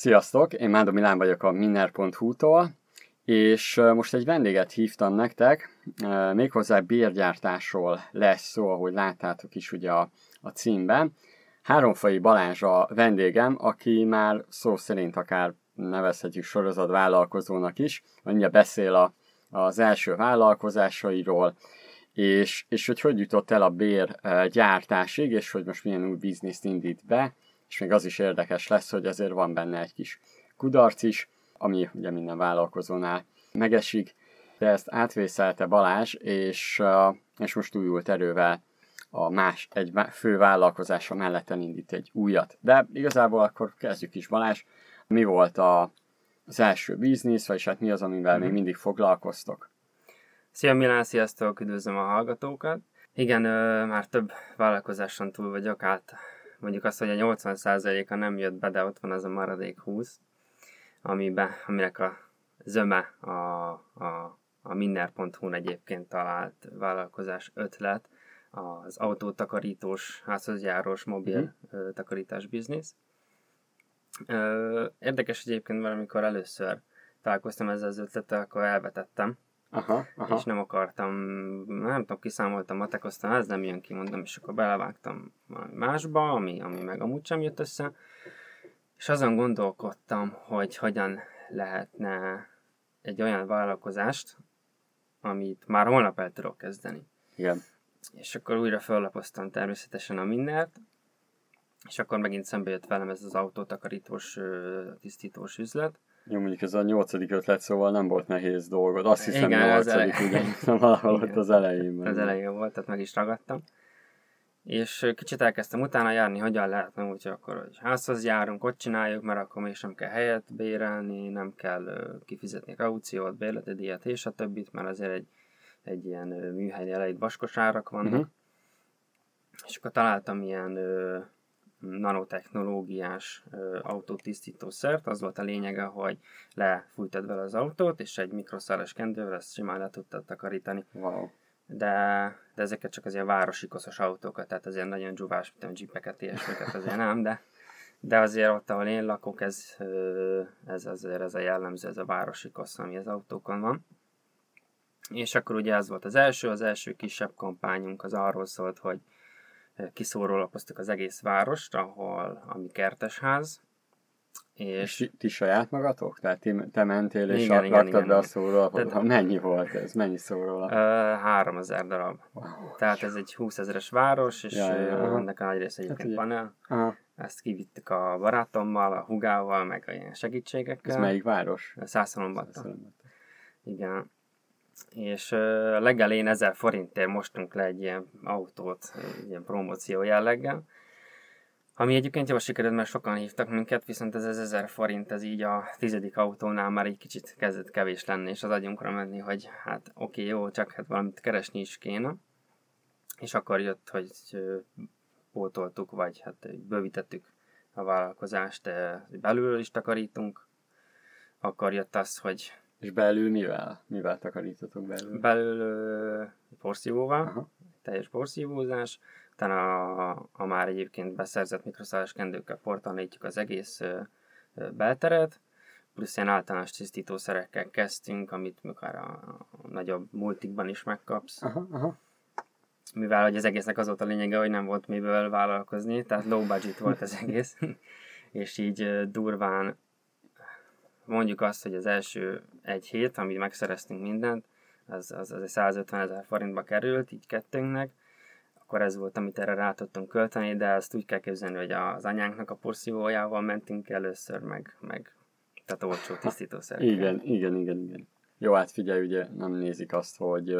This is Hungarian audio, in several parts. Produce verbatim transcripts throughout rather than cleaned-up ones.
Sziasztok, én Mándor Milán vagyok a minner pont hu-tól, és most egy vendéget hívtam nektek, méghozzá bérgyártásról lesz szó, ahogy láttátok is ugye a, a címben. Háromfai Balázs a vendégem, aki már szó szerint akár nevezhetjük sorozatvállalkozónak is, mindjárt beszél a, az első vállalkozásairól, és, és hogy hogy jutott el a bérgyártásig, és hogy most milyen új bizniszt indít be, és még az is érdekes lesz, hogy azért van benne egy kis kudarc is, ami ugye minden vállalkozónál megesik, de ezt átvészelte Balázs, és, és most újult erővel a más, egy fő vállalkozása melletten indít egy újat. De igazából akkor kezdjük is, Balázs. Mi volt a, az első biznisz, vagyis hát mi az, amivel mm-hmm. még mindig foglalkoztok? Szia Milán, sziasztok, üdvözlöm a hallgatókat. Igen, ö, már több vállalkozáson túl vagyok, át mondjuk azt, hogy a nyolcvan százaléka nem jött be, de ott van az a maradék húsz, amiben, aminek a zöme a, a, a minner pont hu-n egyébként talált vállalkozás ötlet, az autótakarítós, házhoz járós, mobil mm. takarítás biznisz. Érdekes egyébként, mert amikor először találkoztam ezzel az ötlettel, akkor elvetettem. Aha, aha. És nem akartam, nem tudom, kiszámoltam, matekoztam, ez nem jön ki, mondom, és akkor belevágtam másba, ami, ami meg amúgy sem jött össze, és azon gondolkodtam, hogy hogyan lehetne egy olyan vállalkozást, amit már holnap el tudok kezdeni. Igen. És akkor újra fellapoztam természetesen a Minnert, és akkor megint szembe jött velem ez az autótakarítós, tisztítós üzlet. Jó, mondjuk ez a nyolcadik ötlet, szóval nem volt nehéz dolgod. Azt hiszem, igen, nyolcadik, ugye, valahol ott az elején. Az elején volt, tehát meg is ragadtam. És kicsit elkezdtem utána járni, hogyan lehetne, úgyhogy akkor hogy házhoz járunk, ott csináljuk, mert akkor még sem kell helyet bérelni, nem kell kifizetni kauciót, bérleti díjat és a többit, mert azért egy, egy ilyen műhely elejét vaskos árak vannak. Uh-huh. És akkor találtam ilyen nanotechnológiás ö, autótisztítószert. Az volt a lényege, hogy lefújtad vele az autót, és egy mikroszálas kendővel ezt simán le tudtad takarítani. Wow. De, de ezeket csak az ilyen városi koszos autókat, tehát az ilyen nagyon dzsuvás, mint a jeepeket, ilyesmiket azért nem, de, de azért ott, ahol én lakok, ez, ez azért ez a jellemző, ez a városi kosz, ami az autókon van. És akkor ugye ez volt az első, az első kisebb kampányunk az arról szólt, hogy kiszórólapoztuk az egész várost, ahol, ami kertesház. És ti, ti saját magatok? Tehát ti, te mentél és igen, raktad igen, be a igen. szórólapot? Tehát, mennyi volt ez? Mennyi szórólap? háromezer darab. Wow. Tehát ez egy húszezeres város, és ja, ja, ennek a nagy része egyébként hát, panel. Aha. Ezt kivittük a barátommal, a hugával, meg a ilyen segítségekkel. Ez melyik város? Szászhalombatta. Igen. És uh, legelén ezer forintért mostunk le egy ilyen autót, egy ilyen promóció jelleggel, ami egyébként jól sikerült, mert sokan hívtak minket, viszont ez az ezer forint, ez így a tizedik autónál már egy kicsit kezdett kevés lenni, és az agyunkra menni, hogy hát oké, okay, jó, csak hát valamit keresni is kéne. És akkor jött, hogy uh, pótoltuk, vagy hát bővítettük a vállalkozást, uh, belülről is takarítunk. Akkor jött az, hogy és belül mivel? Mivel takarítotok belül? Belül porszívóval, aha. Teljes porszívózás, utána a, a már egyébként beszerzett mikroszálas kendőkkel portalanítjuk az egész ö, ö, belteret, plusz ilyen általános tisztítószerekkel kezdtünk, amit mikor a, a nagyobb multikban is megkapsz. Aha, aha. Mivel hogy az egésznek az volt a lényege, hogy nem volt miből vállalkozni, tehát low budget volt az egész, és így ö, durván mondjuk azt, hogy az első egy hét, amit megszereztünk mindent, az, az, az százötvenezer forintba került, így kettőnknek, akkor ez volt, amit erre rá tudtunk költeni, de ezt úgy kell képzelni, hogy az anyánknak a porszívójával mentünk először, meg, meg tehát olcsó tisztítószerekkel. Igen, igen, igen, igen. Jó, hát figyelj, ugye nem nézik azt, hogy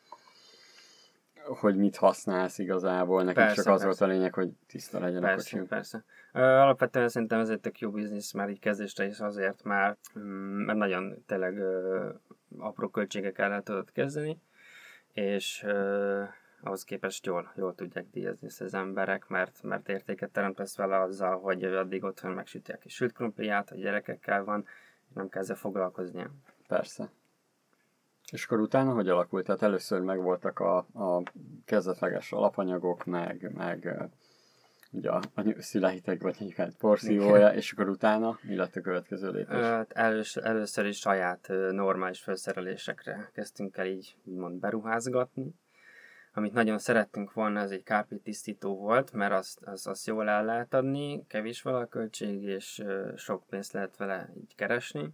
hogy mit használsz igazából, nekünk persze, csak az persze. volt a lényeg, hogy tiszta legyen persze, a kocsink. Persze, persze. Alapvetően szerintem ez egy tök jó biznisz, már így kezdésre is azért, mert, mert nagyon tényleg ö, apró költségekkel el tudod kezdeni, és ö, ahhoz képest jól, jól tudják díjazni az emberek, mert, mert értéket teremtesz vele azzal, hogy addig otthon megsütják a sült krumpliát, a gyerekekkel van, nem kell ezzel foglalkoznia. Persze. És akkor utána hogy alakult? Tehát először megvoltak a, a kezdetleges alapanyagok, meg, meg ugye a, a szüleitek vagy anyukád porszívója, és akkor utána mi lett a következő lépés? Hát elős, először is saját normális felszerelésekre kezdtünk el így úgymond beruházgatni. Amit nagyon szerettünk volna, az egy kárpit tisztító volt, mert azt, azt, azt jól el lehet adni, kevés vele a költség, és sok pénzt lehet vele így keresni.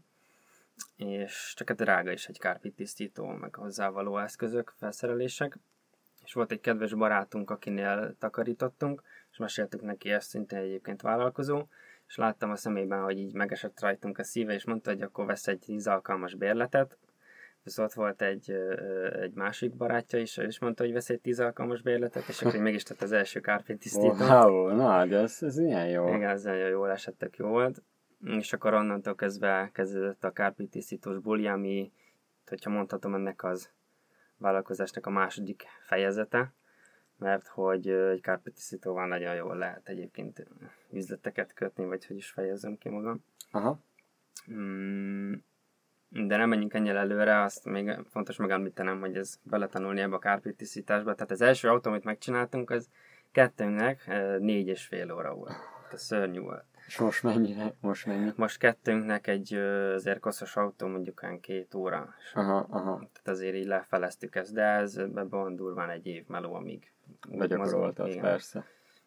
És csak drága is egy kárpit tisztító, meg hozzávaló eszközök, felszerelések. És volt egy kedves barátunk, akinél takarítottunk, és meséltük neki, ezt szintén egyébként vállalkozó, és láttam a szemében, hogy így megesett rajtunk a szíve, és mondta, hogy akkor vesz egy tíz alkalmas bérletet. Viszont volt egy, egy másik barátja is, ő is mondta, hogy vesz egy tíz alkalmas bérletet, és akkor mégis tett az első kárpit tisztítót. Wow, na, de ez, ez ilyen jó. Igen, ez nagyon jól esett, tök jó volt. És akkor onnantól kezdve kezdődött a kárpit tisztítós buli, ami, hogyha mondhatom, ennek az vállalkozásnak a második fejezete, mert hogy egy kárpit tisztítóval nagyon jól lehet egyébként üzleteket kötni, vagy hogy is fejezzem ki magam. Aha. Mm, de nem menjünk ennyire előre, azt még fontos megemlítenem, hogy ez beletanulni ebbe a kárpit tisztításba. Tehát az első autó, amit megcsináltunk, az kettőnknek négy és fél óra volt. Ez szörnyű volt. És most mennyire? Most mennyi? Most kettőnknek egy azért koszos autó, mondjuk olyan két óra. Aha, aha. Tehát azért így lefeleztük ezt, de ez ebben durván egy év meló, amíg begyakoroltad, persze.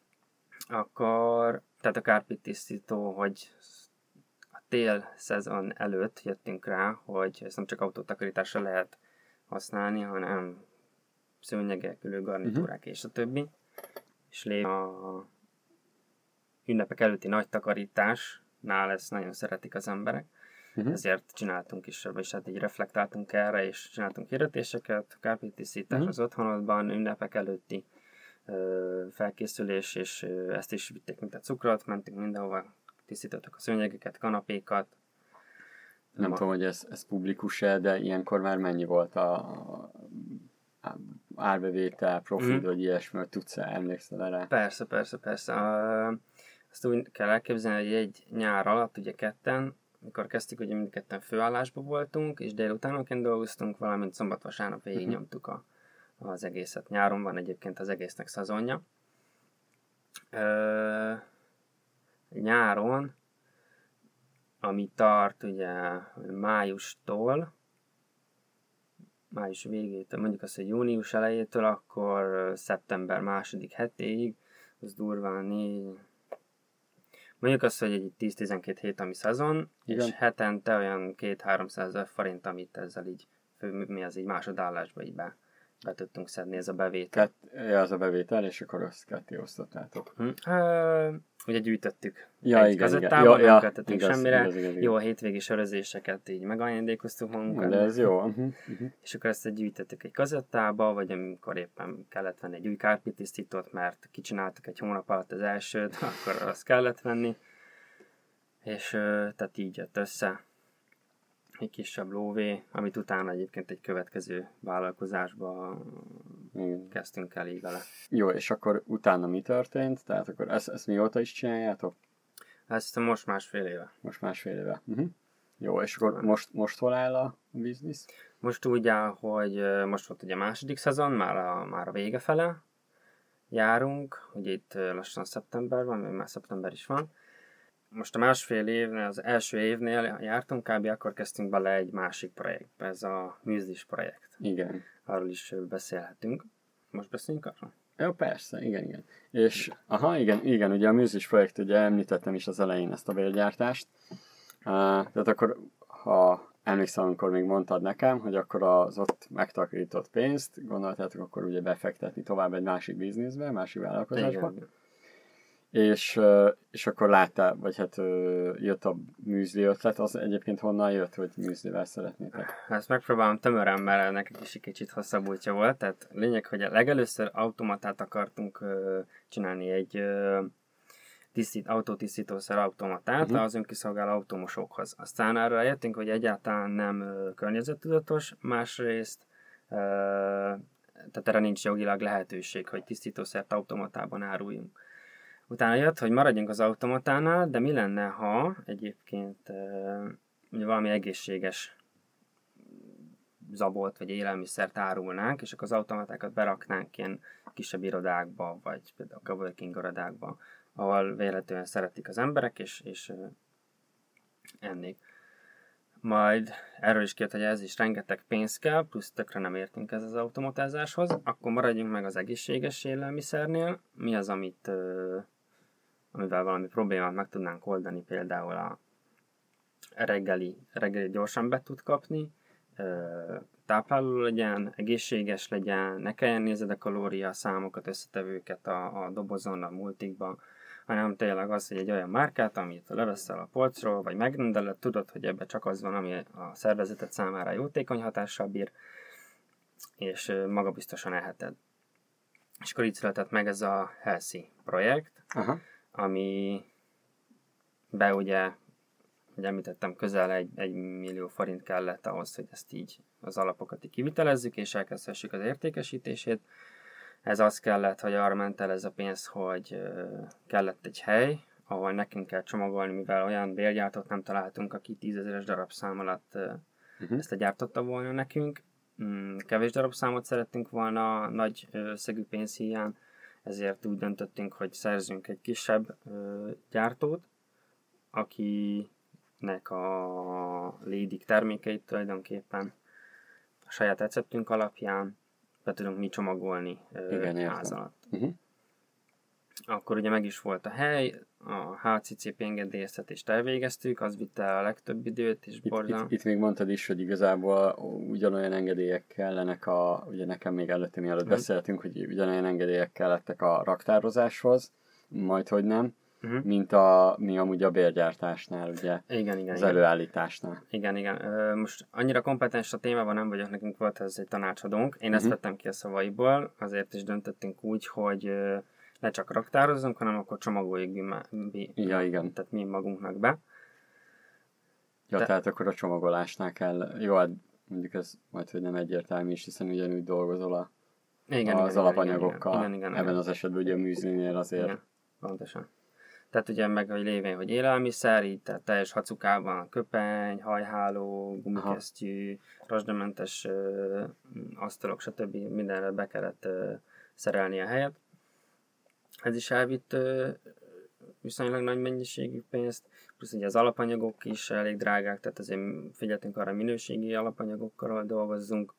Akkor, tehát a kárpit tisztító, hogy a tél szezon előtt jöttünk rá, hogy ezt nem csak autótakarításra lehet használni, hanem szőnyegek, ülőgarnitúrák uh-huh. és a többi. És lé a ünnepek előtti nagy takarításnál ezt nagyon szeretik az emberek. Uh-huh. Ezért csináltunk is, és hát így reflektáltunk erre, és csináltunk hirdetéseket, kárpit tisztítás uh-huh. az otthonodban, ünnepek előtti ö, felkészülés, és ö, ezt is vitték, mint a cukrot, mentünk mindenhova, tisztítottak a szőnyegeket, kanapékat. Nem Ma... tudom, hogy ez, ez publikus-e, de ilyenkor már mennyi volt a, a árbevétel, profit, uh-huh. vagy ilyesmi, hogy tudsz-e, emlékszel erre? Persze, persze, persze. Uh, azt úgy kell elképzelni, hogy egy nyár alatt, ugye ketten, mikor kezdtük, ugye mind ketten főállásban voltunk, és délutánonként dolgoztunk, valamint szombat-vasárnap végig uh-huh. nyomtuk a, az egészet. Nyáron van egyébként az egésznek szezonja. Uh, nyáron, ami tart ugye májustól, május végétől, mondjuk azt, hogy június elejétől, akkor szeptember második hetéig, az durván négy, mondjuk azt, hogy egy tíz-tizenkét hét, ami szezon, igen. És hetente olyan két-háromszázezer forint, amit ezzel így, fő, mi az így másodállásba így be, be tudtunk szedni, ez a bevétel. Kett, ja, az a bevétel, és akkor azt ketté osztottátok. Hm. Uh, ugye gyűjtöttük ja, egy igen, kazettában, ja, nem ja, kötöttünk igaz, semmire, igaz, igaz, igaz. Jó a hétvégi sörözéseket így megajándékoztuk magunkat. De ez jó. Uh-huh, uh-huh. És akkor ezt gyűjtöttük egy kazettába, vagy amikor éppen kellett venni egy új kárpit tisztítót, mert kicsináltuk egy hónap alatt az elsőt, akkor azt kellett venni. És tehát így jött össze egy kisebb lóvé, amit utána egyébként egy következő vállalkozásba mm. kezdtünk el így vele. Jó, és akkor utána mi történt? Tehát akkor ezt, ezt mióta is csináljátok? Ezt most másfél éve. Most másfél éve. Uh-huh. Jó, és akkor most, most hol áll a biznisz? Most úgy áll, hogy most volt ugye a második szezon, már a, már a vége fele járunk, ugye itt lassan szeptember van, még már szeptember is van. Most a másfél évnél, az első évnél jártunk, kb. Akkor kezdtünk bele egy másik projektbe, ez a műzlis projekt. Igen. Arról is beszélhetünk. Most beszéljünk arról? Jó, persze, igen, igen. És, aha, igen, igen, ugye a műzlis projekt, ugye említettem is az elején ezt a vérgyártást. Uh, tehát akkor, ha emlékszem, amikor még mondtad nekem, hogy akkor az ott megtakarított pénzt, gondoltátok, akkor ugye befektetni tovább egy másik bizniszbe, másik vállalkozásba. Igen. És, és akkor láttál, vagy hát jött a műzli ötlet, az egyébként honnan jött, hogy műzlivel szeretnétek? Ezt megpróbálom tömören, mert nekik is egy kicsit hosszabb útja volt, tehát lényeg, hogy legelőször automatát akartunk csinálni, egy tisztít, autótisztítószer automatát uh-huh. az önkiszolgáló automosókhoz. Aztán arra eljöttünk, hogy egyáltalán nem környezettudatos, másrészt tehát erre nincs jogilag lehetőség, hogy tisztítószert automatában áruljunk. Utána jött, hogy maradjunk az automatánál, de mi lenne, ha egyébként uh, valami egészséges zabolt vagy élelmiszert árulnánk, és akkor az automatákat beraknánk ilyen kisebb irodákba, vagy például a coworking irodákba, ahol véletlenül szeretik az emberek, és, és ennék. Majd erről is kijött, hogy ez is rengeteg pénz kell, plusz tökre nem értünk ez az automatázáshoz, akkor maradjunk meg az egészséges élelmiszernél. Mi az, amit, amivel valami problémát meg tudnánk oldani, például a reggeli, reggeli gyorsan be tud kapni, tápláló legyen, egészséges legyen, ne kelljen nézed a kalória számokat, összetevőket a, a dobozon, a multikban, hanem tényleg az, hogy egy olyan márkát, amit leveszel a polcról, vagy megrendeled, tudod, hogy ebbe csak az van, ami a szervezeted számára jótékony hatással bír, és magabiztosan eheted. És akkor így született meg ez a Healthy projekt, Aha. ami be ugye, ugye említettem, közel egy, egy millió forint kellett ahhoz, hogy ezt így az alapokat így kivitelezzük, és elkezdhessük az értékesítését. Ez az kellett, hogy arra ment el ez a pénz, hogy kellett egy hely, ahol nekünk kell csomagolni, mivel olyan bérgyártót nem találtunk, aki tízezeres darabszám alatt uh-huh. ezt gyártotta volna nekünk. Kevés darabszámot szerettünk volna nagy összegű pénzhíján, ezért úgy döntöttünk, hogy szerzünk egy kisebb gyártót, akinek a lédik termékeit tulajdonképpen a saját receptünk alapján be tudunk mi csomagolni Igen, ház alatt. Uh-huh. Akkor ugye meg is volt a hely, a há cé cé pé engedélyeztetést elvégeztük, az vitte el a legtöbb időt, és itt, borzalmas. Itt, itt még mondtad is, hogy igazából ugyanolyan engedélyek kellenek, a, ugye nekem még előtte mielőtt mm. beszéltünk, hogy ugyanolyan engedélyek kellettek a raktározáshoz, majd hogy nem, uh-huh. mint a, mi amúgy a bérgyártásnál, ugye, igen, igen, az igen. előállításnál. Igen, igen. Most annyira kompetens a témában nem vagyok, nekünk volt ez egy tanácsadónk. Én uh-huh. ezt vettem ki a szavaiból, azért is döntöttünk úgy, hogy ne csak raktározzunk, hanem akkor csomagoljuk mi, ja, igen. tehát mi magunknak be. Ja, De... tehát akkor a csomagolásnál kell, jó, hát mondjuk ez majd, hogy nem egyértelmű is, hiszen ugyanúgy dolgozol a, igen, az igen, alapanyagokkal, igen, igen, igen, ebben igen. az esetben ugye a műzlinél azért. Igen, pontosan. Tehát ugye meg, hogy lévén, hogy élelmiszer, így tehát teljes hacukában köpeny, hajháló, gumikesztyű, rozsdamentes ö, asztalok, stb. Mindenre be kellett ö, szerelni a helyet. Ez is elvitt ö, viszonylag nagy mennyiségű pénzt, plusz ugye az alapanyagok is elég drágák, tehát azért figyeltünk arra, minőségi alapanyagokkal dolgozzunk,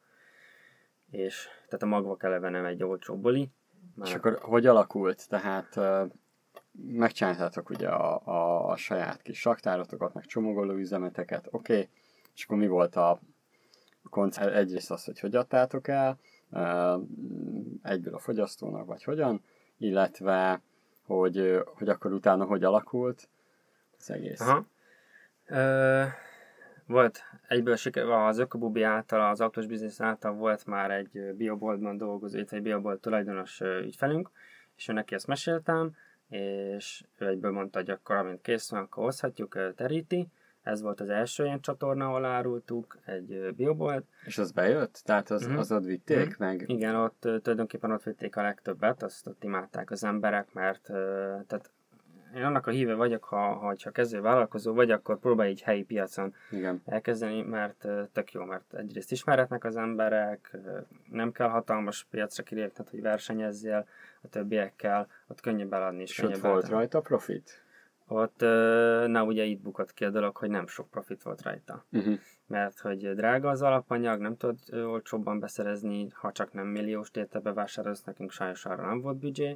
és tehát a magvak eleve nem egy olcsó buli. Már... És akkor hogy alakult? Tehát uh, megcsináltátok ugye a, a, a saját kis raktárotokat, meg csomagoló üzemeteket, oké, okay. És akkor mi volt a koncept? Egyrészt az, hogy hogy adtátok el, uh, egyből a fogyasztónak, vagy hogyan, illetve hogy, hogy akkor utána hogy alakult az egész. Aha. Ö, volt egyből siker, az Ökobubi által, az autós biznisz által volt már egy bioboltban dolgozó, itt egy biobolt tulajdonos ügyfelünk, és ő neki ezt meséltem, és ő egyből mondta, hogy akkor amint kész van, akkor hozhatjuk, teríti. Ez volt az első ilyen csatorna, ahol árultuk, egy biobolt. És az bejött? Tehát az, uh-huh. az ott vitték uh-huh. meg? Igen, ott tulajdonképpen ott vitték a legtöbbet, azt ott imádták az emberek, mert tehát én annak a híve vagyok, ha, ha, ha kezdő vállalkozó vagy, akkor próbálj egy helyi piacon Igen. elkezdeni, mert tök jó, mert egyrészt ismeretnek az emberek, nem kell hatalmas piacra kilépned, hogy versenyezzél a többiekkel, ott könnyebb eladni és könnyebb volt eladni. Rajta profit? Ott, na ugye itt bukott ki a dolog, hogy nem sok profit volt rajta. Uh-huh. Mert hogy drága az alapanyag, nem tudod olcsóbban beszerezni, ha csak nem milliós tétel bevásárolsz, nekünk sajnos arra nem volt büdzsé.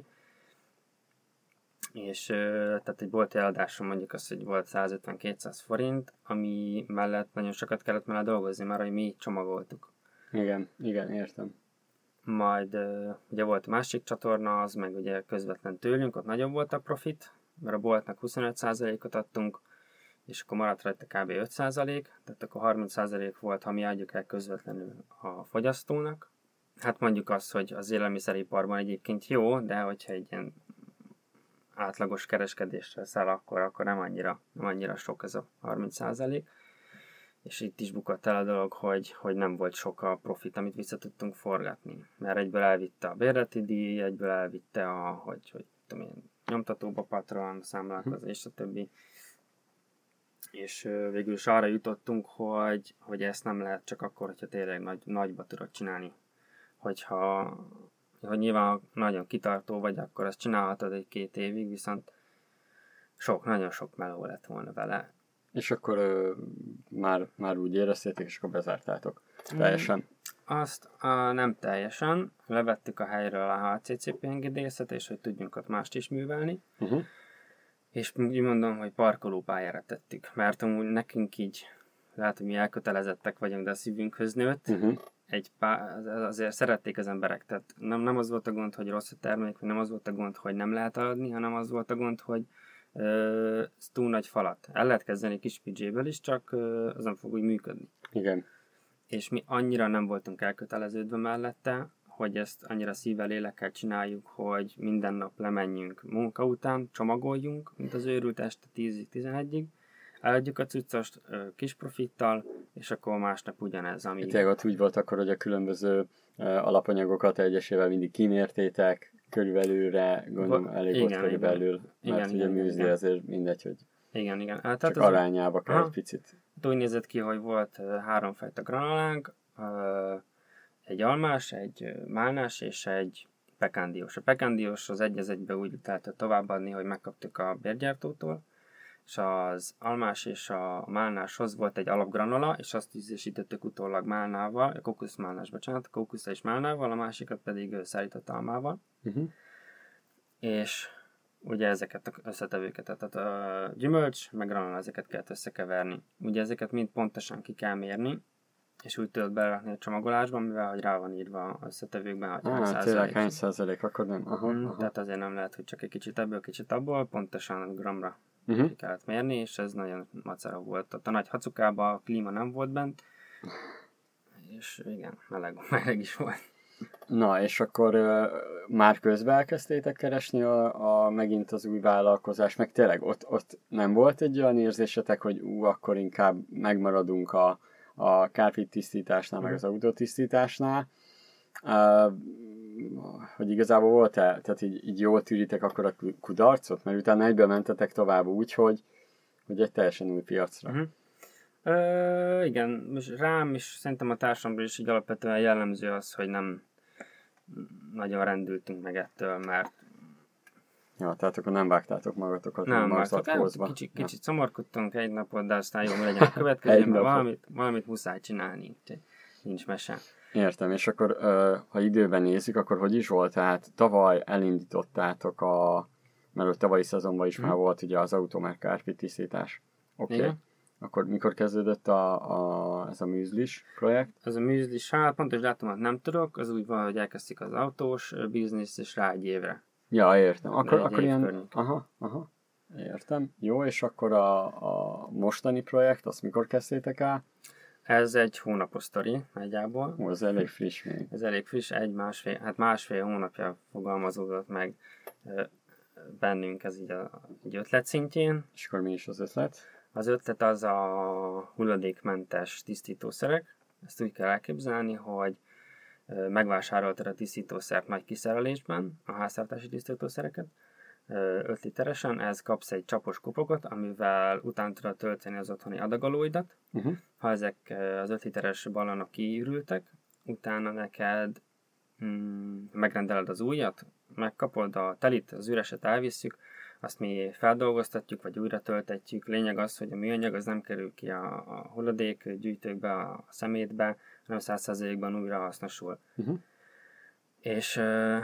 És tehát egy bolti eladáson mondjuk az, hogy volt százötven-kétszáz forint, ami mellett nagyon sokat kellett mellett dolgozni, mert hogy mi csomagoltuk. Igen, igen, értem. Majd ugye volt a másik csatorna, az meg ugye közvetlen tőlünk, ott nagyobb volt a profit, mert a boltnak huszonöt százalékot adtunk, és akkor maradt rajta kb. öt százalék, tehát akkor harminc százalék volt, ha mi adjuk el közvetlenül a fogyasztónak. Hát mondjuk azt, hogy az élelmiszeriparban egyébként jó, de hogyha egy ilyen átlagos kereskedésre száll, akkor, akkor nem annyira, nem annyira sok ez a harminc százalék. És itt is bukott el a dolog, hogy, hogy nem volt sok a profit, amit vissza tudtunk forgatni. Mert egyből elvitte a bérleti díj, egyből elvitte a, hogy, hogy tudom én, nyomtatóba patron, számlálkozás és a többi. És végül is arra jutottunk, hogy, hogy ezt nem lehet csak akkor, hogyha tényleg nagy, nagyba tudod csinálni. Hogyha hogy nyilván nagyon kitartó vagy, akkor ezt csinálhatod egy-két évig, viszont Sok, nagyon sok meló lett volna vele. És akkor ö, már, már úgy éreztétek, és akkor bezártátok. Teljesen. Azt a, nem teljesen. Levettük a helyről a há cé cé pé engedélyeztet, és hogy tudjunk ott mást is művelni. Uh-huh. És úgy mondom, hogy parkolópályára tettük. Mert amúgy nekünk így, lehet, hogy mi elkötelezettek vagyunk, de a szívünkhöz nőtt. Uh-huh. Egy pár, azért szerették az emberek. Tehát nem, nem az volt a gond, hogy rossz a termék, vagy nem az volt a gond, hogy nem lehet eladni, hanem az volt a gond, hogy ö, ez túl nagy falat. El lehet kezdeni kis büdzséből is, csak ö, az nem fog úgy működni. Igen. És mi annyira nem voltunk elköteleződve mellette, hogy ezt annyira szívvel, lélekkel csináljuk, hogy minden nap lemenjünk munka után, csomagoljunk, mint az őrült este tízig, tizenegyig, eladjuk a cuccost kis profittal, és akkor másnap ugyanez, ami... Tényleg ott úgy volt akkor, hogy a különböző uh, alapanyagokat egyesével mindig kimértétek, körülbelülre, gondolom elég igen, volt körülbelül, igen, mert igen, ugye műzli azért mindegy, hogy igen, igen. Hát, csak tehát arányába kell egy picit. Úgy nézett ki, hogy volt uh, háromfajta granolánk, uh, egy almás, egy málnás és egy pekándiós. A pekándiós az egy az egybe úgy lehetett továbbadni, hogy megkaptuk a bérgyártótól, és az almás és a málnáshoz volt egy alapgranola, és azt ízesítettük utólag málnával, a kókuszmálnás, bocsánat, a kókusza és málnával, a másikat pedig szárított almával. Uh-huh. És ugye ezeket az összetevőket, tehát a gyümölcs, meg granola, ezeket kellett összekeverni. Ugye ezeket mind pontosan ki kell mérni, és úgy tudod belerakni a csomagolásban, mivel hogy rá van írva összetevőkben, hogy hány százalék. Tényleg hány százalék, akkor nem. Aha, mm, aha. Tehát azért nem lehet, hogy csak egy kicsit ebből, kicsit abból, pontosan gramra uh-huh. ki kellett mérni, és ez nagyon macera volt. Ott a nagy hacukában a klíma nem volt bent, és igen, meleg, meleg is volt. Na, és akkor uh, már közben elkezdtétek keresni a, a, megint az új vállalkozás, meg tényleg ott, ott nem volt egy olyan érzésetek, hogy ú, akkor inkább megmaradunk a, a kárpit tisztításnál, mm. meg az autótisztításnál, uh, hogy igazából volt-e, tehát így, így jól tűritek akkor a kudarcot, mert utána egyből mentetek tovább úgy, hogy, hogy egy teljesen új piacra. Mm-hmm. Ö, igen, és rám is szerintem a társamban is így alapvetően jellemző az, hogy nem nagyon rendültünk meg ettől, mert... Ja, tehát akkor nem vágtátok magatokat, nem vágtatok, kicsit, kicsit ja. szomorkodtunk egy napot, de aztán jó, mi legyen a következő, mert valamit, valamit muszáj csinálni, nincs mese. Értem, és akkor ha időben nézzük, akkor hogy is volt? Tehát tavaly elindítottátok a... mert ott tavalyi szezonban is hmm. már volt ugye az Automer kárpit tisztítás. Oké. Okay. Akkor mikor kezdődött a, a, ez a műzlis projekt? Ez a műzlis, hát pontos dátumot nem tudok, az úgy van, hogy elkezdték az autós biznisz, és rá egy évre. Ja, értem. Akkor, akkor ilyen... Környék. Aha, aha. Értem. Jó, és akkor a, a mostani projekt, azt mikor kezdtétek el? Ez egy hónapos sztori, nagyjából. Ó, ez elég friss még. Ez elég friss, egy másfél, hát másfél hónapja fogalmazódott meg bennünk ez így a, egy ötlet szintjén. És akkor mi is az ötlet? Az ötlet az a hulladékmentes tisztítószerek. Ezt úgy kell elképzelni, hogy megvásároltad a tisztítószert nagy kiszerelésben, a háztartási tisztítószereket, öt literesen, ez kapsz egy csapos kopogot, amivel utána tudod tölteni az otthoni adagolóidat. Uh-huh. Ha ezek az öt literes ballonok kiürültek, utána neked mm, megrendeled az újat, megkapod a telit, az üreset elvisszük, azt mi feldolgoztatjuk, vagy újra töltetjük. Lényeg az, hogy a műanyag az nem kerül ki a, a hulladékgyűjtőkbe, a szemétbe, hanem száz százalékban újra hasznosul. Uh-huh. És uh,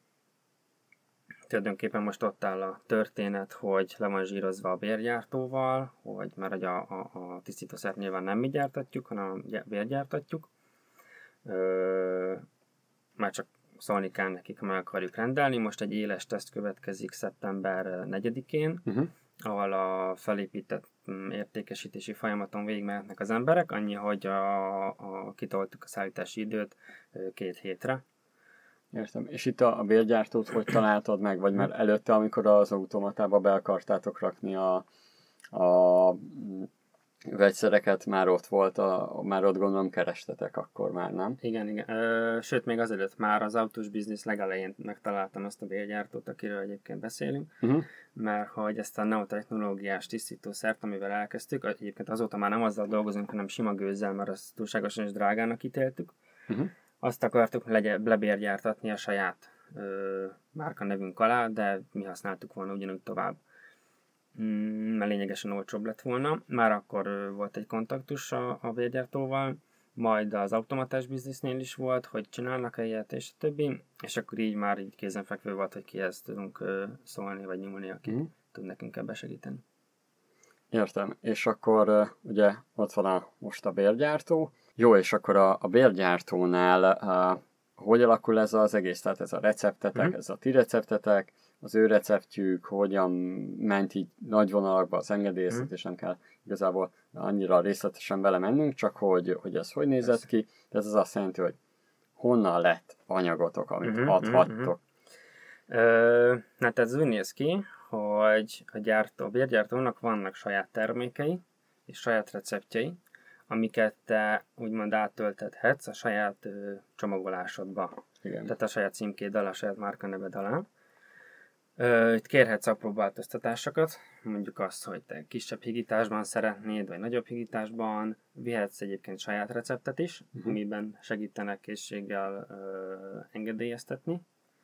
tulajdonképpen most ott áll a történet, hogy le van zsírozva a bérgyártóval, hogy mert a, a, a tisztítószert nyilván nem mi gyártatjuk, hanem bérgyártatjuk. Uh, már csak szólni kell nekik, ha meg akarjuk rendelni. Most egy éles teszt következik szeptember negyedikén, uh-huh. ahol a felépített értékesítési folyamaton végigmehetnek az emberek, annyi, hogy a, a, kitoltuk a szállítási időt két hétre. Értem. És itt a, a bérgyártót hogy találtad meg? Vagy már előtte, amikor az automatába be akartátok rakni a, a vegyszereket, már ott volt, a, már ott gondolom kerestetek akkor már, nem? Igen, igen. Ö, sőt, még azelőtt már az autós biznisz legelején megtaláltam azt a bérgyártót, akiről egyébként beszélünk, uh-huh. mert hogy ezt a neotechnológiás tisztítószert, amivel elkezdtük, egyébként azóta már nem azzal dolgozunk, hanem sima gőzzel, mert azt túlságosan is drágának ítéltük. Uh-huh. Azt akartuk legye, lebérgyártatni a saját ö, márka nevünk alá, de mi használtuk volna ugyanúgy tovább. mert lényegesen olcsóbb lett volna. Már akkor ö, volt egy kontaktus a, a vérgyártóval, majd az automatás biznisznél is volt, hogy csinálnak-e ilyet, és a többi, és akkor így már így kézenfekvő volt, hogy kihez tudunk ö, szólni, vagy nyúlni, aki mm. tud nekünk ebbe segíteni. Értem. És akkor uh, ugye ott van a, most a bérgyártó. Jó, és akkor a, a bérgyártónál uh, hogy alakul ez az egész? Tehát ez a receptetek, mm. ez a ti receptetek, az ő receptjük, hogyan ment így nagy vonalakba az engedélyeztetés, mm. nem kell igazából annyira részletesen belemennünk, csak hogy, hogy ez hogy nézett Persze. ki. Tehát ez azt jelenti, hogy honnan lett anyagotok, amit mm-hmm, adhattok. Mm-hmm. Ö, hát ez úgy néz ki, hogy a gyártó, a bérgyártónak vannak saját termékei és saját receptjei, amiket te úgymond áttöltethetsz a saját ö, csomagolásodba. Igen. Tehát a saját címkéddel, a saját márkaneved alá. Ö, itt kérhetsz apró változtatásokat, mondjuk azt, hogy te kisebb higításban szeretnéd, vagy nagyobb higításban, vihetsz egyébként saját receptet is, uh-huh. amiben segítenek készséggel ö, engedélyeztetni.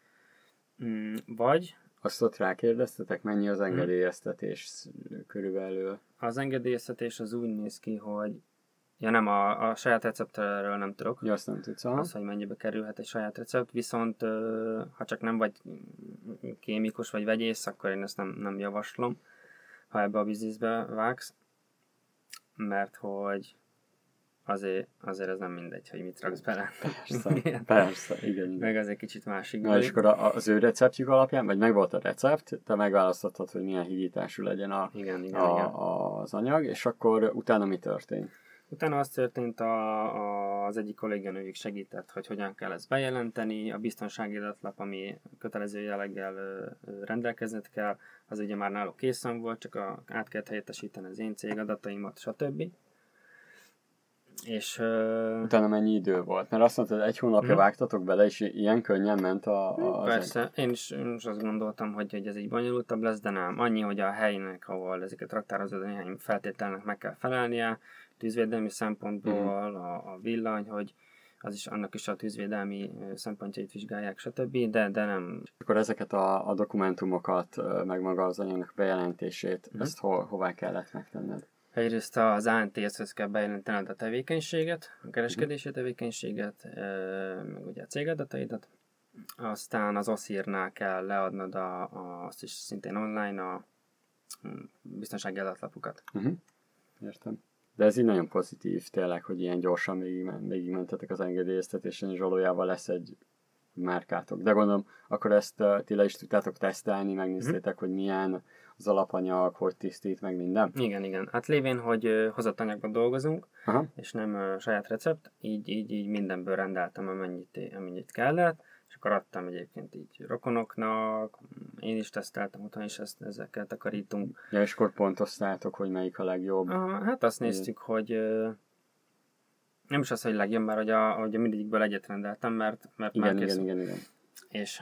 Mm, vagy... Azt ott rákérdeztetek, mennyi az engedélyeztetés hmm. körülbelül? Az engedélyeztetés az úgy néz ki, hogy ja nem, a, a saját receptről nem tudok. Ja, azt nem tudsz. Aha. Az, hogy mennyibe kerülhet egy saját recept, viszont ha csak nem vagy kémikus vagy vegyész, akkor én ezt nem, nem javaslom, ha ebbe a bizniszbe vágsz, mert hogy azért, azért ez nem mindegy, hogy mit raksz bele. Persze, persze, igen. Meg az egy kicsit másik. Na és akkor az ő receptjük alapján, vagy megvolt a recept, te megválasztottad, hogy milyen higítású legyen a, igen, igen, a, igen. az anyag, és akkor utána mi történt? Utána az történt, a, a, az egyik kolléganőjük segített, hogy hogyan kell ezt bejelenteni, a biztonsági adatlap, ami kötelező jelleggel ö, ö, rendelkezned kell, az ugye már náluk készen volt, csak a, át kellett helyettesíteni az én cég adataimat, stb. És, uh... utána mennyi idő volt? Mert azt mondtad, egy hónapja hmm. vágtatok bele, és ilyen könnyen ment a... a Persze, én is, én is azt gondoltam, hogy, hogy ez így bonyolultabb lesz, de nem. Annyi, hogy a helynek, ahol ezeket raktározod, néhány feltételnek meg kell felelnie, tűzvédelmi szempontból, hmm. a, a villany, hogy az is, annak is a tűzvédelmi szempontjait vizsgálják, stb., de, de nem. Akkor ezeket a, a dokumentumokat, meg maga az anyagnak bejelentését, hmm. ezt ho, hová kellett megtenned? Egyrészt az á en té es-hez kell bejelentened a tevékenységet, a kereskedési tevékenységet, meg ugye a cégadataidat. Aztán az oszírnál kell leadnod a, a, azt is szintén online a biztonsági adatlapukat. Uh-huh. Értem. De ez így nagyon pozitív tényleg, hogy ilyen gyorsan végigmentetek az engedélyeztetésen, és valójában lesz egy márkátok. De gondolom, akkor ezt uh, ti le is tudtátok tesztelni, megnéztétek, mm-hmm. hogy milyen az alapanyag, hogy tisztít, meg minden? Igen, igen. Hát lévén, hogy uh, hozott anyagban dolgozunk, Aha. és nem uh, saját recept, így, így, így mindenből rendeltem, amennyit, amennyit kellett, és akkor adtam egyébként így rokonoknak, én is teszteltem, otthon is ezt, ezekkel takarítunk. Ja, és akkor pontoztátok, hogy melyik a legjobb? Uh, hát azt néztük, hogy uh, nem is az, hogy legjobb, mert hogy a, hogy a mindegyikből egyet rendeltem, mert, mert igen, már igen, igen, igen. És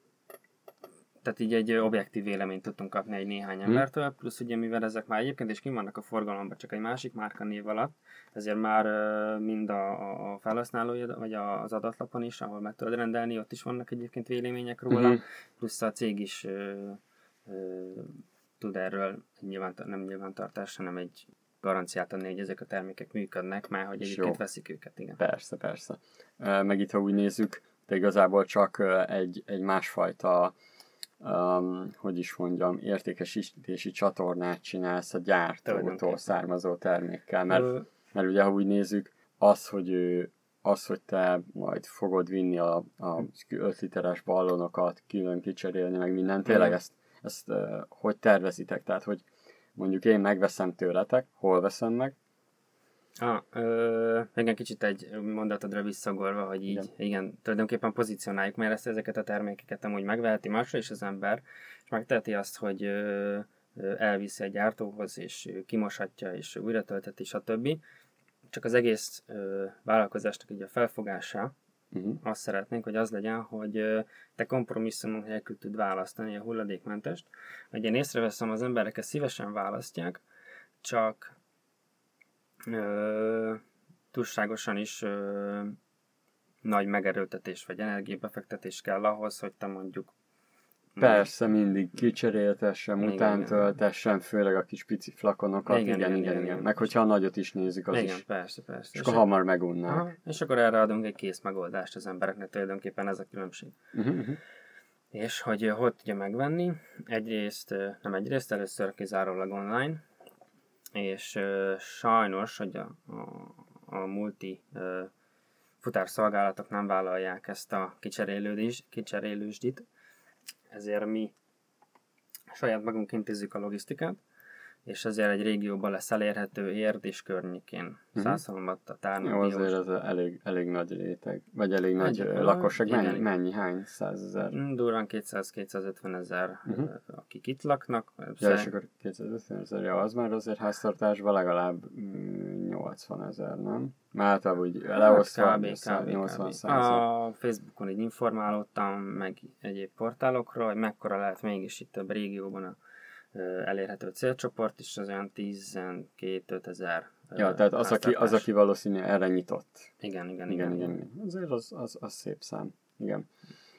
tehát így egy objektív véleményt tudtunk kapni egy néhány embertől, hmm. plusz ugye mivel ezek már egyébként is kim vannak a forgalomban, csak egy másik márkanév alatt, ezért már uh, mind a, a felhasználói, vagy az adatlapon is, ahol meg tudod rendelni, ott is vannak egyébként vélemények róla, hmm. plusz a cég is uh, uh, tud erről nyilván, nem nyilvántartás, hanem egy garanciát adni, hogy ezek a termékek működnek, már hogy egyébként jó. Veszik őket, igen. Persze, persze. Meg itt, ha úgy nézzük, de igazából csak egy, egy másfajta, um, hogy is mondjam, értékesítési csatornát csinálsz a gyártótól származó termékkel, mert, mert ugye, ha úgy nézzük, az, hogy ő, az, hogy te majd fogod vinni a, a öt literes ballonokat, külön kicserélni, meg minden, tényleg ezt, ezt hogy tervezitek? Tehát, hogy mondjuk én megveszem tőletek, hol veszem meg? Ah, ö, igen, kicsit egy mondatodra visszagorva, hogy így, igen, igen tulajdonképpen pozícionáljuk, mert ezt, ezeket a termékeket amúgy megveheti másra is az ember, és megteheti azt, hogy ö, ö, elviszi egy gyártóhoz, és kimoshatja, és újra tölteti, stb. Csak az egész ö, vállalkozásnak így a felfogása, uh-huh. azt szeretnénk, hogy az legyen, hogy ö, te kompromisszumok nélkül tud választani a hulladékmentest. Hogy én észreveszem, az emberek ezt szívesen választják, csak Ö, túlságosan is ö, nagy megerőltetés vagy energiabefektetés kell ahhoz, hogy te mondjuk Persze, mindig kicseréltessen, Igen, utántöltessen, főleg a kis pici flakonokat, igen, igen, igen. igen, igen. Meg hogyha a nagyot is nézik, az igen, is. persze, persze. És akkor hamar megunnák. Aha, és akkor erre adunk egy kész megoldást az embereknek, tulajdonképpen ez a különbség. Uh-huh, uh-huh. És hogy hogy tudja megvenni? Egyrészt, nem egyrészt, először kizárólag online, és uh, sajnos, hogy a, a, a multi uh, futárszolgálatok nem vállalják ezt a kicserélősdit, ezért mi saját magunk intézzük a logisztikát, és ezért egy régióban lesz elérhető Érd és környékén. Uh-huh. Szászhalombatta, Tárnok, Jó, azért ez elég, elég nagy réteg, vagy elég nagy egy, lakosság. Mennyi, igen, mennyi? Hány? Százezer? Durván kétszáz-kétszázötven ezer, uh-huh. akik itt laknak. Ja, és akkor kétszázötven ezer, ja, az már azért háztartásban legalább nyolcvan ezer, nem? Már általában úgy leosztva nyolcvan száz. A Facebookon így informálódtam, meg egyéb portálokról, hogy mekkora lehet mégis itt több régióban a elérhető célcsoport, és az olyan tizenkét ezer. Ja, tehát az aki, az, aki valószínű erre nyitott. Igen, igen, igen. igen, igen. Azért az, az, az szép szám. Igen.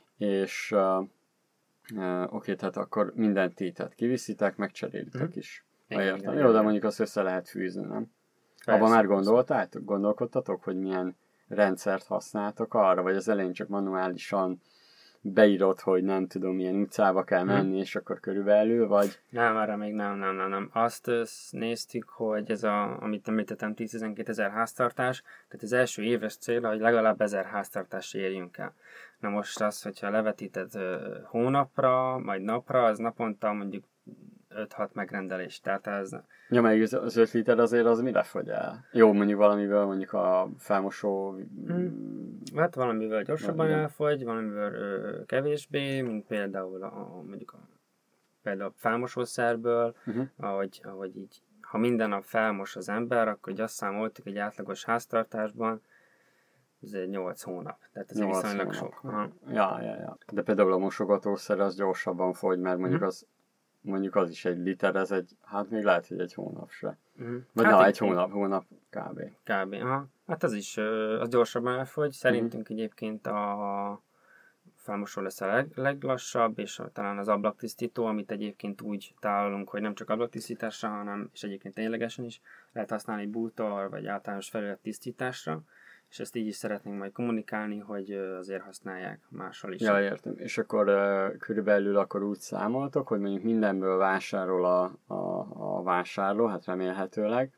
És uh, uh, oké, okay, tehát akkor mindent ti, tehát kiviszitek, megcserélitek mm. is. Igen, igen, igen, jó, de mondjuk azt össze lehet fűzni, nem? Persze, abban már gondoltátok, gondolkodtatok, hogy milyen rendszert használtok arra, vagy az elején csak manuálisan beírod, hogy nem tudom, milyen utcába kell menni, hmm. és akkor körülbelül, vagy... Nem, arra még nem, nem, nem, nem. Azt néztük, hogy ez a, amit említettem, tíz-tizenkét ezer háztartás, tehát az első éves cél, hogy legalább ezer háztartást érjünk el. Na most az, hogyha levetíted hónapra, majd napra, az naponta mondjuk öt-hat megrendelés. Tehát ez... Ja, meg az öt liter azért az mire fogy el? Jó, mondjuk valamivel, mondjuk a felmosó... Hmm. Hát valamivel gyorsabban elfogy, valamivel ö, kevésbé, mint például a, mondjuk a, például a felmosószerből, uh-huh. ahogy, ahogy így, ha minden nap felmos az ember, akkor így azt számoltuk egy átlagos háztartásban, ez egy nyolc hónap. Tehát ez viszonylag sok. Ja, ja, ja. De például a mosogatószer az gyorsabban fogy, mert mondjuk uh-huh. az mondjuk az is egy liter, ez egy, hát még lehet, hogy egy hónap se. Uh-huh. Vagy hát na, egy hónap, hónap kb. Kb. Aha. Hát az is, az gyorsabban elfogy. Szerintünk uh-huh. egyébként a felmosó lesz a leg, leglassabb, és talán az ablaktisztító, amit egyébként úgy találunk, hogy nem csak ablaktisztításra, hanem, és egyébként ténylegesen is lehet használni bútor, vagy általános felület tisztításra. És ezt így is szeretnénk majd kommunikálni, hogy azért használják máshol is. Ja, értem. És akkor uh, körülbelül akkor úgy számoltok, hogy mondjuk mindenből vásárol a, a, a vásárló, hát remélhetőleg.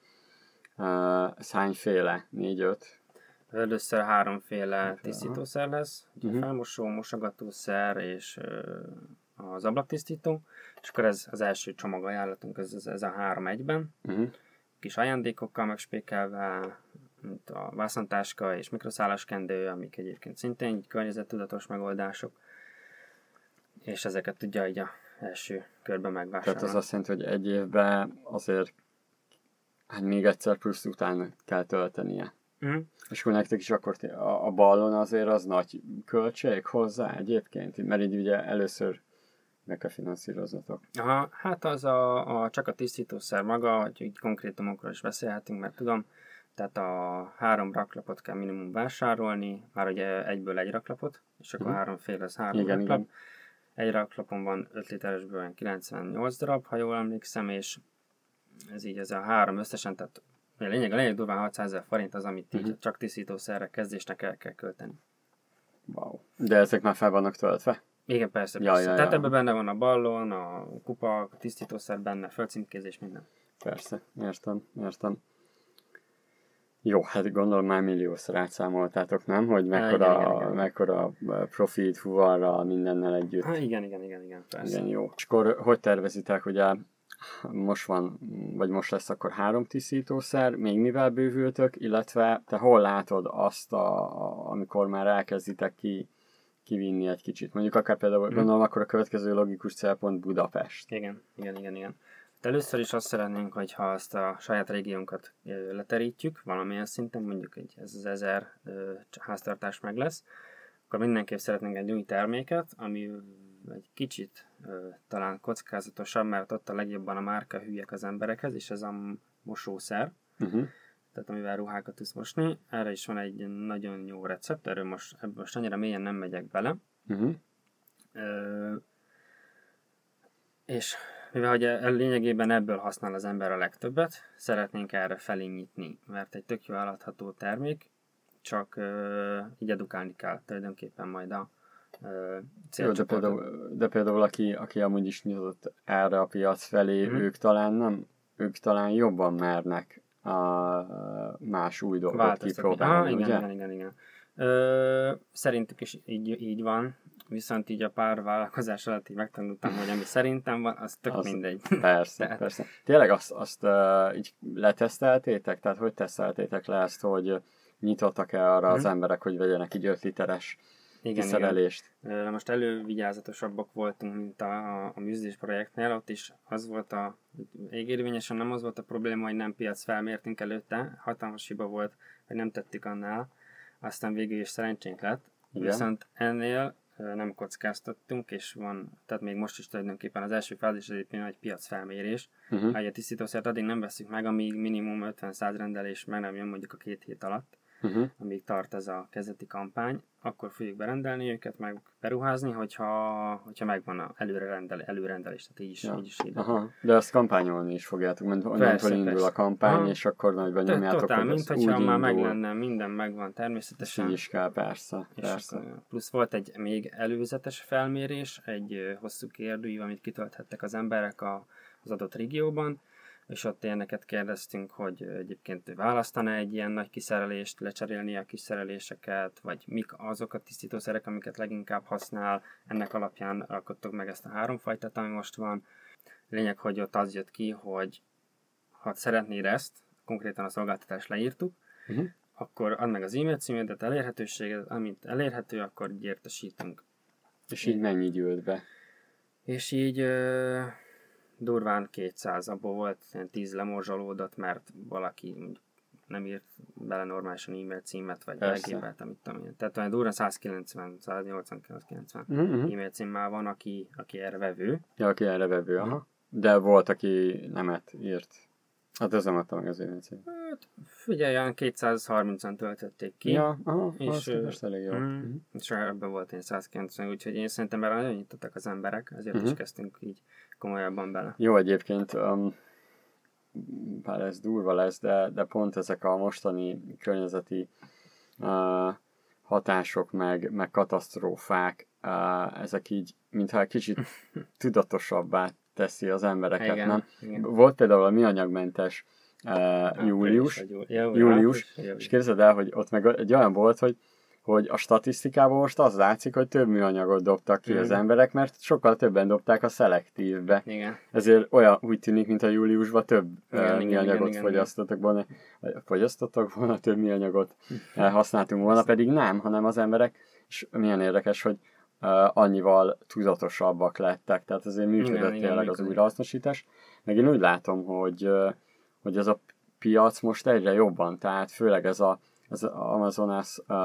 Uh, ez hányféle? Négy-öt? Először háromféle tisztítószer lesz. Uh-huh. Felmosó, mosogatószer és uh, az ablaktisztító. És akkor ez az első csomagajánlatunk, ez, ez, ez a három egyben. Uh-huh. Kis ajándékokkal megspékelve, mint a vászontáska és mikroszálaskendő, amik egyébként szintén környezettudatos megoldások, és ezeket tudja így a első körben megvásárolni. Tehát az azt jelenti, hogy egy évben azért hát még egyszer plusz után kell töltenie. Uh-huh. És akkor nektek is akkor a, a ballon azért az nagy költség hozzá egyébként, mert így ugye először meg kell finanszíroznatok. Aha, hát az a, a csak a tisztítószer maga, hogy így konkrétumokról is beszélhetünk, mert tudom, tehát a három raklapot kell minimum vásárolni, már ugye egyből egy raklapot, és akkor uh-huh. háromféle az három igen, raklap. Igen. Egy raklapon van öt literesből kilencvennyolc darab, ha jól emlékszem, és ez így ez a három összesen, tehát a lényeg, a lényeg durván hatszázezer forint az, amit uh-huh. így csak tisztítószerre kezdésnek el kell költeni. Wow. De ezek már fel vannak töltve? Igen, persze, persze. Ja, ja, Tehát ja. ebben benne van a ballon, a kupa, a tisztítószer benne, földcímkézés, minden. Persze, értem, értem. Jó, hát gondolom már milliószor átszámoltátok, nem? Hogy mekkora, igen, igen, igen. mekkora profit, fuvarra, mindennel együtt. Ha, igen, igen, igen, igen, persze. Igen, jó. És akkor hogy tervezitek, ugye most van, vagy most lesz akkor három tisztítószer, még mivel bővültök, illetve te hol látod azt, a, a, amikor már elkezditek ki, kivinni egy kicsit? Mondjuk akár például, hmm. gondolom, akkor a következő logikus célpont Budapest. Igen, igen, igen, igen. De először is azt szeretnénk, hogyha azt a saját régiónkat leterítjük, valamilyen szinten, mondjuk egy, ez az ezer háztartás meg lesz, akkor mindenképp szeretnénk egy új terméket, ami egy kicsit talán kockázatosabb, mert ott a legjobban a márka hülyek az emberekhez, és ez a mosószer, uh-huh. tehát amivel ruhákat tudsz mosni. Erre is van egy nagyon jó recept, erről most, most annyira mélyen nem megyek bele. Uh-huh. És mivel hogy a lényegében ebből használ az ember a legtöbbet, szeretnénk erre felé nyitni, mert egy tök jó eladható termék, csak uh, így edukálni kell tulajdonképpen majd a uh, Jó, de például, de például aki, aki amúgy is nyitott erre a piac felé, mm-hmm. ők talán nem, ők talán jobban mernek a más új dolgot kipróbálni, ah, igen, igen, igen, igen. Ö, szerintük is így, így van, viszont így a pár vállalkozás alatt így megtanultam, hogy ami szerintem van, az tök az mindegy. Persze, Tehát... persze. Tényleg azt, azt uh, így leteszteltétek? Tehát hogy teszteltétek le ezt, hogy nyitottak-e arra mm-hmm. az emberek, hogy vegyenek így öt literes igen, kiszerelést? Igen. Most elővigyázatosabbak voltunk, mint a, a műzdés projektnél, ott is az volt a, érvényesen nem az volt a probléma, hogy nem piac felmértünk előtte, hatalmas hiba volt, hogy nem tettük annál, aztán végül is szerencsénk lett, igen. Viszont ennél nem kockáztattunk, és van, tehát még most is tulajdonképpen az első fázis egyébként egy piacfelmérés, uh-huh. hogy a tisztítószert addig nem veszük meg, amíg minimum ötven-száz rendelés meg nem jön mondjuk a két hét alatt, uh-huh. amíg tart ez a kezdeti kampány, akkor fogjuk berendelni őket, meg beruházni, hogyha, hogyha megvan a előre rendel, előrendelés, tehát így is, ja. így is így. Aha. De ezt kampányolni is fogjátok, mert onnantól indul persze. a kampány, aha. és akkor majd benyomjátok, totál, hogy mint hogyha már meg lenne, minden megvan természetesen. Így is kell, persze. persze. Plusz volt egy még előzetes felmérés, egy hosszú kérdőív, amit kitölthettek az emberek a, az adott régióban, és ott ilyeneket kérdeztünk, hogy egyébként választana egy ilyen nagy kiszerelést, lecserélni a kiszereléseket, vagy mik azok a tisztítószerek, amiket leginkább használ, ennek alapján alkottuk meg ezt a három fajtát, ami most van. Lényeg, hogy ott az jött ki, hogy ha szeretnéd ezt, konkrétan a szolgáltatást leírtuk, uh-huh. akkor add meg az e-mail címedet, elérhetőséget, amint elérhető, akkor értesítünk. És így mennyi gyűlt be? És így... Uh, durván kétszáz, abból volt tíz lemorzsolódott, mert valaki nem írt bele normálisan e-mail címet, vagy elgépelt, amit tudom én. Tehát olyan durván százkilencven, száznyolcvankilenc, kilencven uh-huh. e-mail címmel van, aki, aki erre vevő. Ja, aki erre vevő, aha. Uh-huh. De volt, aki nemet írt. Hát ez nem adta meg az e-mail címet. Hát figyelj, olyan kétszázharmincan töltötték ki. Ja, aha, és, és, elég jó. Mm, uh-huh. és ebben volt én százkilencven, úgyhogy én szerintem erre nagyon nyitottak az emberek, ezért uh-huh. is kezdtünk így komolyabban bele. Jó, egyébként, um, bár ez durva lesz, de, de pont ezek a mostani környezeti uh, hatások, meg, meg katasztrófák, uh, ezek így, mintha kicsit tudatosabbá teszi az embereket, igen, nem? Igen. Volt például a műanyagmentes uh, július, jó, július jó, jó. És képzeld el, hogy ott meg egy olyan volt, hogy hogy a statisztikában most az látszik, hogy több műanyagot dobtak ki mm. az emberek, mert sokkal többen dobták a szelektívbe. Igen. Ezért olyan úgy tűnik, mint a júliusban több igen, uh, műanyagot igen, fogyasztottak volna, fogyasztottak volna, több műanyagot uh, használtunk volna, pedig nem, hanem az emberek, és milyen érdekes, hogy uh, annyival tudatosabbak lettek, tehát azért működött igen, tényleg az újrahasznosítás. Meg én úgy látom, hogy, uh, hogy ez a piac most egyre jobban, tehát főleg ez a, az Amazonas uh,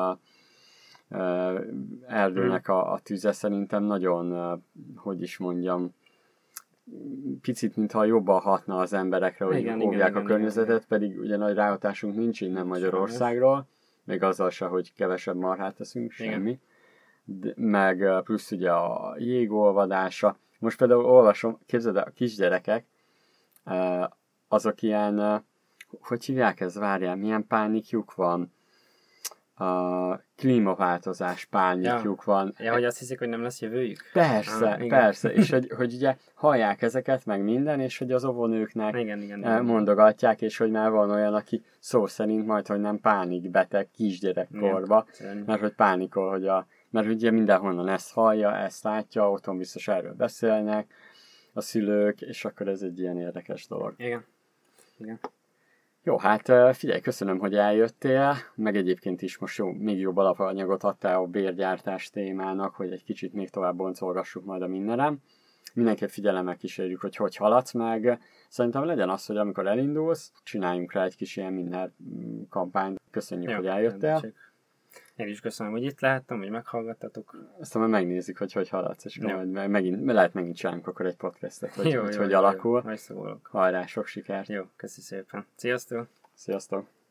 erdőnek a, a tüze szerintem nagyon, hogy is mondjam, picit mintha jobban hatna az emberekre, hogy igen, óvják igen, a igen, környezetet, igen, pedig ugye nagy ráhatásunk nincs innen Magyarországról, még azzal se, hogy kevesebb marhát teszünk, semmi. De, meg plusz ugye a jégolvadása. Most például olvasom, képzeld el, a kisgyerekek, azok ilyen, hogy hívják ez, várjál, milyen pánikjuk van, a klímaváltozás pánikjuk ja. van. Ja, hogy azt hiszik, hogy nem lesz jövőjük? Persze, ah, persze, és hogy, hogy ugye hallják ezeket, meg minden, és hogy az óvónőknek igen, igen, igen. mondogatják, és hogy már van olyan, aki szó szerint majd, hogy nem pánikbeteg kisgyerekkorba, igen, mert hogy pánikol, hogy a, mert ugye mindenhonnan ezt hallja, ezt látja, otthon biztos erről beszélnek a szülők, és akkor ez egy ilyen érdekes dolog. Igen, igen. Jó, hát figyelj, köszönöm, hogy eljöttél, meg egyébként is most jó, még jobb alapanyagot adtál a bérgyártás témának, hogy egy kicsit még tovább boncolgassuk majd a mindenem. Mindenképp figyelemmel kísérjük, hogy hogy haladsz meg. Szerintem legyen az, hogy amikor elindulsz, csináljunk rá egy kis ilyen minden kampányt. Köszönjük, jó, hogy eljöttél. Rendesség. Én is köszönöm, hogy itt lehettem, hogy meghallgattatok. Aztán majd megnézzük, hogy hogy haladsz, és majd megint, lehet megint csinálunk akkor egy podcastet, hogy jó, hogy, jó, hogy jó, alakul. Jó, hajrá, sok sikert. Jó, köszi szépen. Sziasztok! Sziasztok!